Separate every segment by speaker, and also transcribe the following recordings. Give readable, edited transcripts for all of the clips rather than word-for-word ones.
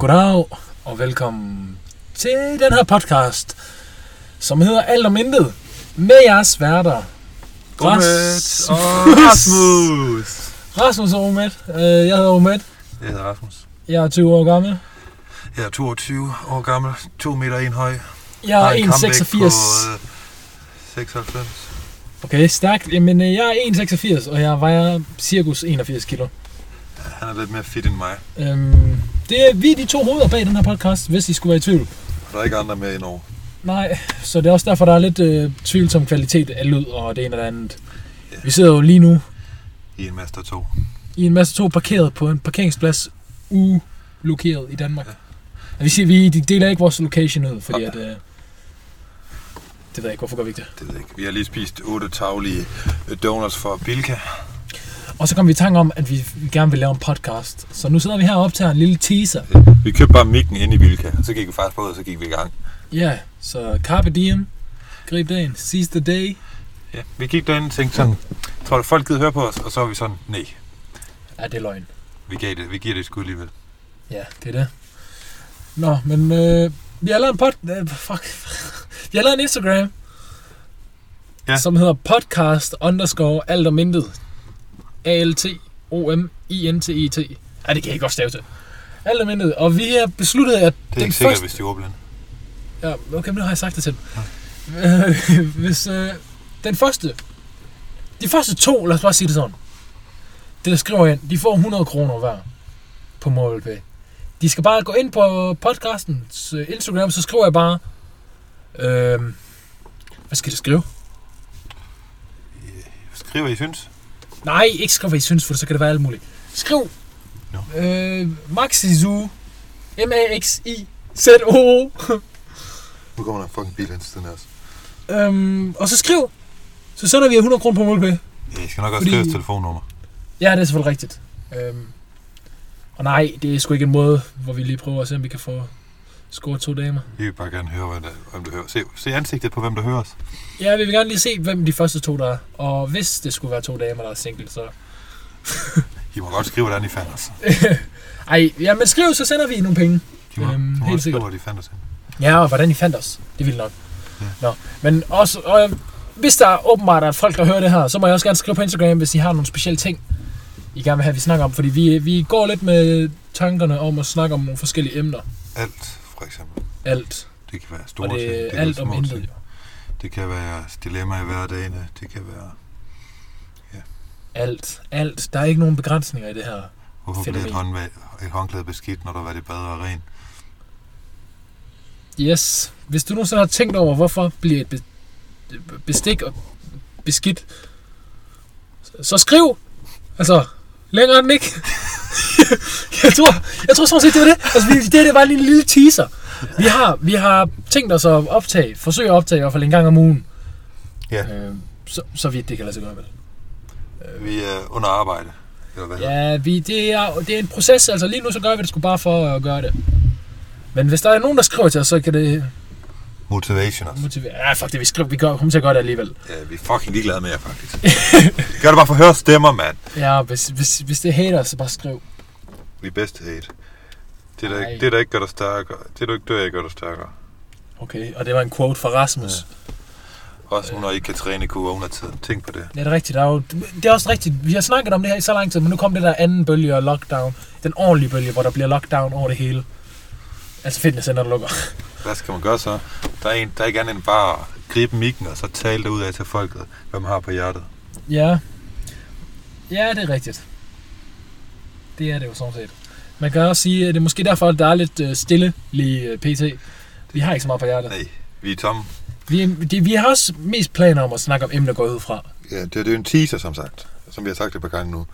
Speaker 1: Goddag og velkommen til den her podcast, som hedder Alt om Intet, med jeres værter
Speaker 2: Rasmus og Rasmus.
Speaker 1: Rasmus og Omed. Jeg hedder Omed.
Speaker 2: Jeg hedder Rasmus.
Speaker 1: Jeg er 20 år gammel.
Speaker 2: Jeg er 22 år gammel, 2 meter 1 høj.
Speaker 1: Jeg er 1,86.
Speaker 2: 96.
Speaker 1: Okay, stærkt. Jamen, jeg er 1,86, og jeg vejer cirkus 81 kilo.
Speaker 2: Ja, han er lidt mere fit end mig.
Speaker 1: Det er vi de to hoveder bag den her podcast, hvis I skulle være i tvivl.
Speaker 2: Der er ikke andre med indover.
Speaker 1: Nej, så det er også derfor, der er lidt tvivlsom kvalitet af lyd og det ene og det andet.
Speaker 2: Ja.
Speaker 1: Vi sidder jo lige nu
Speaker 2: I en Master 2.
Speaker 1: i en masse to parkeret på en parkeringsplads ulokeret i Danmark. Ja. Vi deler ikke vores location ud, fordi at... det ved jeg ikke, hvorfor gør vi ikke det?
Speaker 2: Det ved jeg ikke. Vi har lige spist 8 taglige donuts for Bilka.
Speaker 1: Og så kom vi i tanke om, at vi gerne vil lave en podcast. Så nu sidder vi her og optager en lille teaser.
Speaker 2: Vi købte bare mikken ind i Bilka, og så gik vi faktisk på ud, og så gik vi i gang.
Speaker 1: Ja, så carpe diem. Grib dagen. Seize the day.
Speaker 2: Ja, vi gik derinde og tænkte sådan, tror du folk gider høre på os? Og så var vi sådan, nej.
Speaker 1: Ja, det er løgn.
Speaker 2: Vi giver det et skud alligevel.
Speaker 1: Ja, det er det. Nå, men vi har lavet en vi har lavet en Instagram,
Speaker 2: ja,
Speaker 1: som hedder podcast_alt om intet. ALTOMINTET. Ja, det kan jeg godt stave til. Alt om intet. Og vi har besluttet, at
Speaker 2: det er ikke sikkert, hvis de er ordblinde.
Speaker 1: Ja, okay, men nu har jeg sagt det til dem. Hvis de første to, lad os bare sige det sådan. Det der skriver ind, de får 100 kroner hver på MobilePay. De skal bare gå ind på podcastens Instagram, så skriver jeg bare... hvad skal det skrive?
Speaker 2: Skriv, hvad I synes.
Speaker 1: Nej, ikke skriv, hvad I synes, for så kan det være alt muligt. Skriv Maxizu MAXIZO.
Speaker 2: Nu kommer der en fucking bil hen til den her også.
Speaker 1: Og så skriv. Så sender vi 100 kroner på MobilePay.
Speaker 2: Ja, I skal nok også skrive et telefonnummer.
Speaker 1: Ja, det er selvfølgelig rigtigt. Og nej, det er sgu ikke en måde, hvor vi lige prøver at se, om vi kan få scoret 2 damer.
Speaker 2: Vi vil bare gerne høre, hvem du hører. Se ansigtet på, hvem der hører os.
Speaker 1: Ja, vi vil gerne lige se, hvem de første 2 der er. Og hvis det skulle være 2 damer, der er single, så...
Speaker 2: I må godt skrive, hvordan I fandt os.
Speaker 1: Ej, ja, men skriv, så sender vi nogle penge.
Speaker 2: De må
Speaker 1: helt
Speaker 2: skrive,
Speaker 1: sikkert.
Speaker 2: hvor de fandt os.
Speaker 1: Ja, og hvordan I fandt os. Det vil nok.
Speaker 2: Ja.
Speaker 1: Nå, men også... Og, hvis der åbenbart er folk, der hører det her, så må jeg også gerne skrive på Instagram, hvis I har nogle specielle ting, I gerne vil have, vi snakker om. Fordi vi går lidt med tankerne om at snakke om nogle forskellige emner.
Speaker 2: Alt, for eksempel.
Speaker 1: Alt.
Speaker 2: Det kan være store
Speaker 1: ting. Og det er alt om intet, jo.
Speaker 2: Det kan være dilemmaer i hverdagen. Det kan være... Ja.
Speaker 1: Alt. Der er ikke nogen begrænsninger i det her.
Speaker 2: Hvorfor bliver et håndklæde beskidt, når der har været i bad og ren?
Speaker 1: Yes. Hvis du nu så har tænkt over, hvorfor bliver et bestik og beskidt, så skriv. Altså, længere end ikke. jeg tror sådan set, det var det. Altså, det var en lille teaser. Vi har tænkt os at forsøge at optage i hvert fald en gang om ugen.
Speaker 2: Ja.
Speaker 1: Så vidt det kan lade sig gøre, vel.
Speaker 2: Vi er under arbejde.
Speaker 1: Ja, det er en proces. Altså, lige nu så gør vi det sgu bare for at gøre det. Men hvis der er nogen, der skriver til os, så kan det...
Speaker 2: Motivation også.
Speaker 1: Ja, fuck det, vi kommer til at gøre det alligevel.
Speaker 2: Ja, vi er fucking ligeglade med jer, faktisk. Gør det bare for at høre stemmer, mand.
Speaker 1: Ja, hvis det er hater, så bare skriv.
Speaker 2: Vi er bedst hate. Det der ikke gør dig stærkere. Det du ikke dør, ikke gør dig stærkere.
Speaker 1: Okay, og det var en quote fra Rasmus.
Speaker 2: Ja. Også når I kan træne i coronatiden. Tænk på det.
Speaker 1: Ja, det er rigtigt. Det er også rigtigt. Vi har snakket om det her i så lang tid, men nu kom det der anden bølge og lockdown. Den ordentlige bølge, hvor der bliver lockdown over det hele. Altså fitnesscenter, der lukker.
Speaker 2: Hvad skal man gøre så? Der er ikke andet end bare at gribe mikken og så tale det ud af til folket, hvad man har på hjertet.
Speaker 1: Ja. Ja, det er rigtigt. Det er det jo sådan set. Man kan også sige, at det er måske derfor, at der er lidt stille lige pt. Vi har ikke så meget på hjertet.
Speaker 2: Nej, vi er tomme.
Speaker 1: Vi har også mest planer om at snakke om emner går ud fra.
Speaker 2: Ja, det er jo en teaser, som sagt. Som vi har sagt et par gange nu.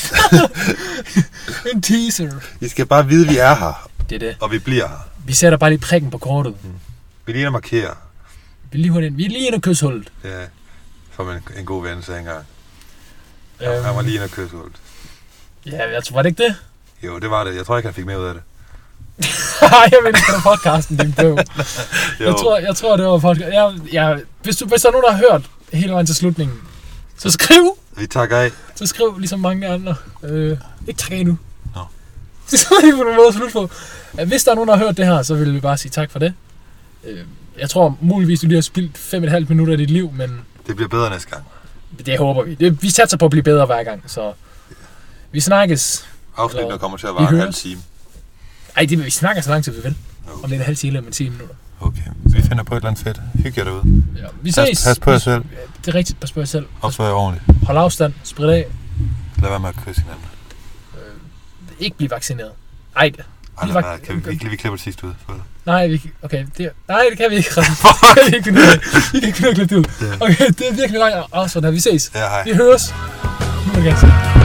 Speaker 1: En teaser.
Speaker 2: I skal bare vide, at vi er her.
Speaker 1: Det er det.
Speaker 2: Og vi bliver her. Vi
Speaker 1: sætter bare lige prikken på kortet.
Speaker 2: Vi er lige at markere.
Speaker 1: Vi er lige inde af kysshullet.
Speaker 2: Ja, som en god ven sagde engang. Han var lige inde af kysshullet.
Speaker 1: Ja, var det ikke det?
Speaker 2: Jo, det var det. Jeg tror ikke, han fik mere ud af det.
Speaker 1: Jeg ved ikke, det var podcasten, din bøv. Jeg tror, det var podcasten. Hvis der er nogen, der har hørt hele vejen til slutningen, så skriv.
Speaker 2: Vi takker af.
Speaker 1: Så skriv ligesom mange andre. Ikke tak af nu.
Speaker 2: Nå.
Speaker 1: Det er sådan på nogle måder at slutte på. Hvis der er nogen, der har hørt det her, så vil vi bare sige tak for det. Jeg tror muligvis, du lige har spildt 5,5 minutter af dit liv, men...
Speaker 2: Det bliver bedre næste gang.
Speaker 1: Det håber vi. Vi satser på at blive bedre hver gang, så... Vi snakkes.
Speaker 2: Afsnittet kommer til at vare en halv time.
Speaker 1: Ej, vi snakker så lang tid, vi vil. Okay. Om det er en halv time eller 10 minutter.
Speaker 2: Okay, vi finder på et eller andet fedt. Hygge jer derude.
Speaker 1: Ja, vi ses.
Speaker 2: Pas på jer selv.
Speaker 1: Det er rigtigt, pas på jer selv.
Speaker 2: Opfør jer ordentligt.
Speaker 1: Hold afstand, sprit af.
Speaker 2: Lad være med at kysse hinanden.
Speaker 1: Ikke blive vaccineret. Ej,
Speaker 2: kan vi klipper det sidste ud?
Speaker 1: Nej, det kan vi ikke. Vi kan ikke klippe det ud. Okay, det er virkelig langt afsnit her. Vi ses.
Speaker 2: Ja, hej.
Speaker 1: Vi høres. Nu vil jeg gerne se.